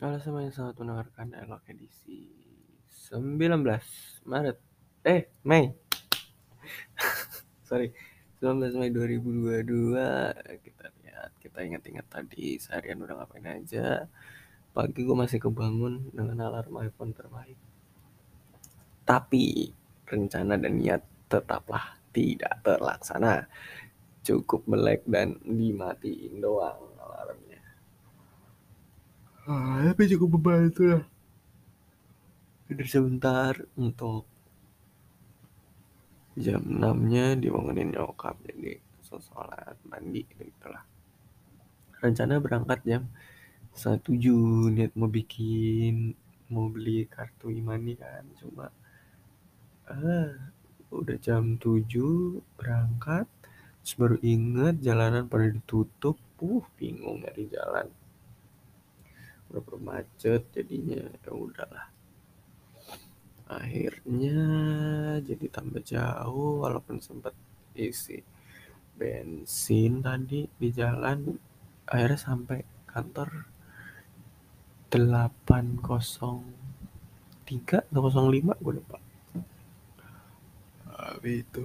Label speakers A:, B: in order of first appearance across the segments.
A: Halo semuanya, selamat mendengarkan dialog edisi 19 Maret. Mei. Sorry. 19 Mei 2022. Kita lihat, kita ingat-ingat tadi seharian udah ngapain aja. Pagi gue masih kebangun dengan alarm iPhone terbaik. Tapi rencana dan niat tetaplah tidak terlaksana. Cukup melek dan dimatiin doang alarmnya. Tapi cukup membantu lah. Tidur sebentar untuk jam 6-nya dibangunin nyokap, jadi sholat mandi gitu lah. Rencana berangkat jam 7, niat mau beli kartu e-money kan, cuma udah jam 7 berangkat, terus baru inget jalanan pada ditutup. Bingung nyari jalan, udah macet jadinya. Ya udahlah, akhirnya jadi tambah jauh walaupun sempat isi bensin tadi di jalan. Akhirnya sampai kantor 8.03 atau 05, gue lupa. Itu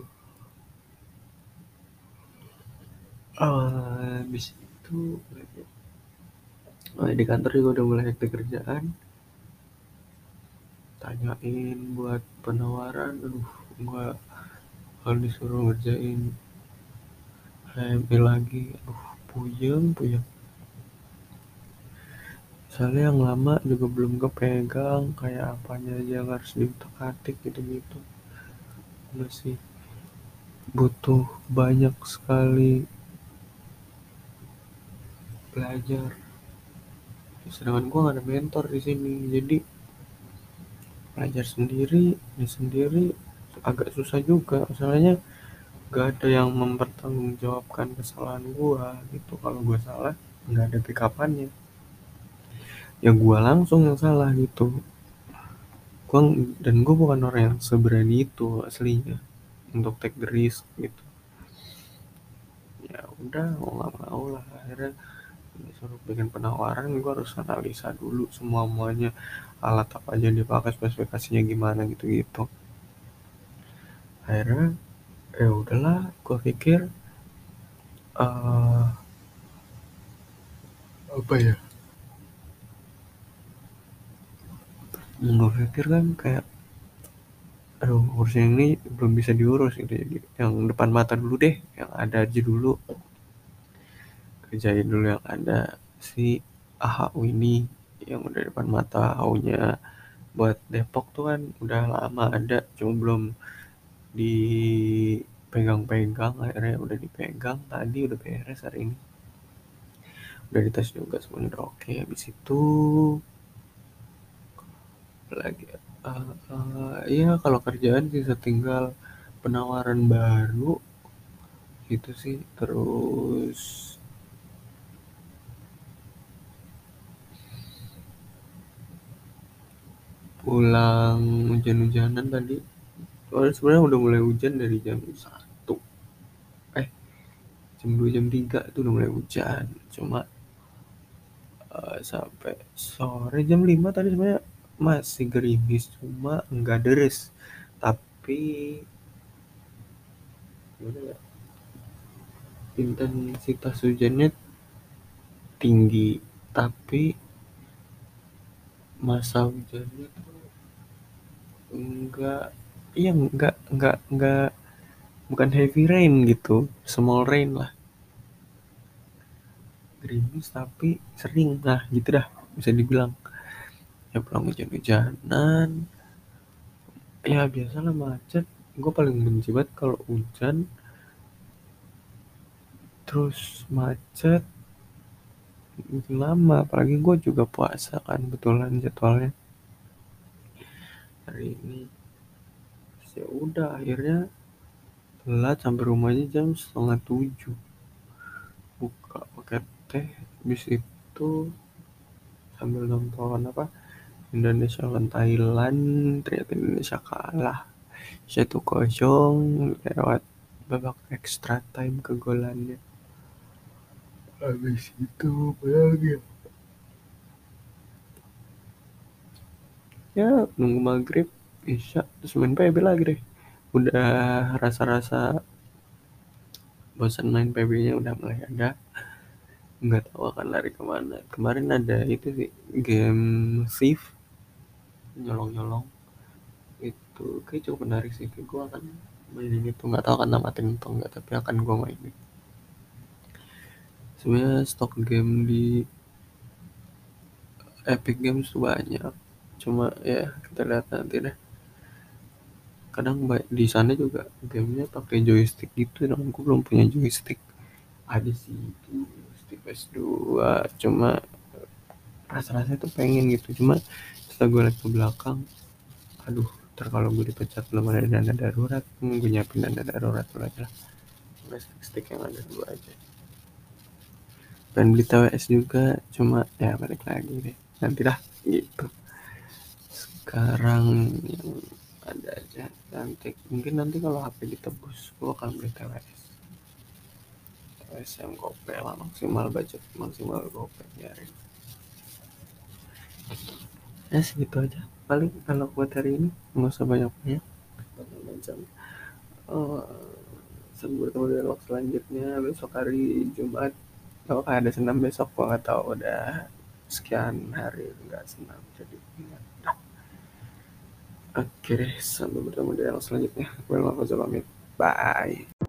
A: habis itu di kantor juga udah mulai hektik kerjaan, tanyain buat penawaran. Gue kalau disuruh ngerjain HMI lagi, puyeng. Soalnya yang lama juga belum kepegang, kayak apanya aja yang harus diutak-atik gitu-gitu. Masih butuh banyak sekali belajar. Sedangkan gue gak ada mentor di sini, jadi belajar sendiri, ini sendiri agak susah juga. Masalahnya gak ada yang mempertanggungjawabkan kesalahan gue gitu. Kalau gue salah, gak ada backupannya, ya gue langsung yang salah gitu. Gue bukan orang yang seberani itu aslinya untuk take the risk gitu. Ya udah, mau nggak mau lah, akhirnya disuruh bikin penawaran. Gue harus analisa dulu semuanya, alat apa aja yang dipakai, spesifikasinya gimana gitu. Akhirnya ya udahlah, gue pikir apa ya, gue pikir kan kayak urusan ini belum bisa diurus gitu, jadi yang depan mata dulu deh, yang ada aja dulu, kerjain dulu yang ada. Si AHU ini yang udah depan mata, AHU-nya buat Depok tuh kan udah lama ada, cuma belum dipegang-pegang. Akhirnya udah dipegang tadi, udah beres hari ini, udah dites juga semuanya udah oke. Habis itu lagi ya kalau kerjaan sih tinggal penawaran baru gitu sih. Terus pulang hujan-hujanan tadi. Sebenarnya udah mulai hujan dari jam 1, jam 2, jam 3 itu udah mulai hujan. Cuma sampai sore jam 5 tadi sebenarnya masih gerimis, cuma nggak deres. Tapi gimana ya, intensitas hujannya tinggi, tapi masa hujannya tuh enggak, iya, enggak, bukan heavy rain gitu, small rain lah. Gerimis tapi sering, nah gitu dah bisa dibilang. Ya pulang hujan-hujanan, ya biasalah macet. Gue paling benci banget kalau hujan terus macet bikin lama, apalagi gue juga puasa kan kebetulan jadwalnya hari ini. Ya udah, akhirnya telat sampai rumahnya jam setengah 7, buka pakai teh. Habis itu sambil nonton Indonesia lawan Thailand, ternyata Indonesia kalah 1-0 lewat babak extra time kegolannya. Habis itu apa lagi ya? ya nunggu maghrib isya terus main PB lagi deh. Udah rasa-rasa bosan main PB-nya udah mulai ada, nggak tahu akan lari kemana. Kemarin ada itu sih game Thief, nyolong-nyolong, itu kayak cukup menarik sih. Kayak gue akan mainin itu, nggak tahu akan namatin atau enggak, tapi akan gue mainin. Sebenarnya stok game di Epic Games tuh banyak, cuma ya kita lihat nanti deh. Kadang di sana juga gamenya pakai joystick gitu, dan aku belum punya joystick. Ada sih itu joystick PS2, cuma rasa-rasanya tuh pengen gitu, cuma setelah gue lihat ke belakang, aduh, ntar kalau gue dipecat belum ada dana darurat, gue nyiapin dana darurat dulu aja lah. Stick yang ada dulu aja. Dan beli TWS juga, cuma ya balik lagi deh nanti dah gitu. Sekarang yang ada aja nanti, mungkin nanti kalau HP ditebus gue akan beli TWS. TWS yang gopay lah, maksimal budget, maksimal gopay biarin. Ya segitu aja paling kalau buat hari ini, nggak usah banyak-banyak macam. Oh, sampai bertemu di vlog selanjutnya besok hari Jumat. Apakah ada senam besok? Gua nggak tahu, udah sekian hari nggak senam jadi nggak. Oke deh, sampai bertemu di vlog selanjutnya. Gue Pamit. Bye.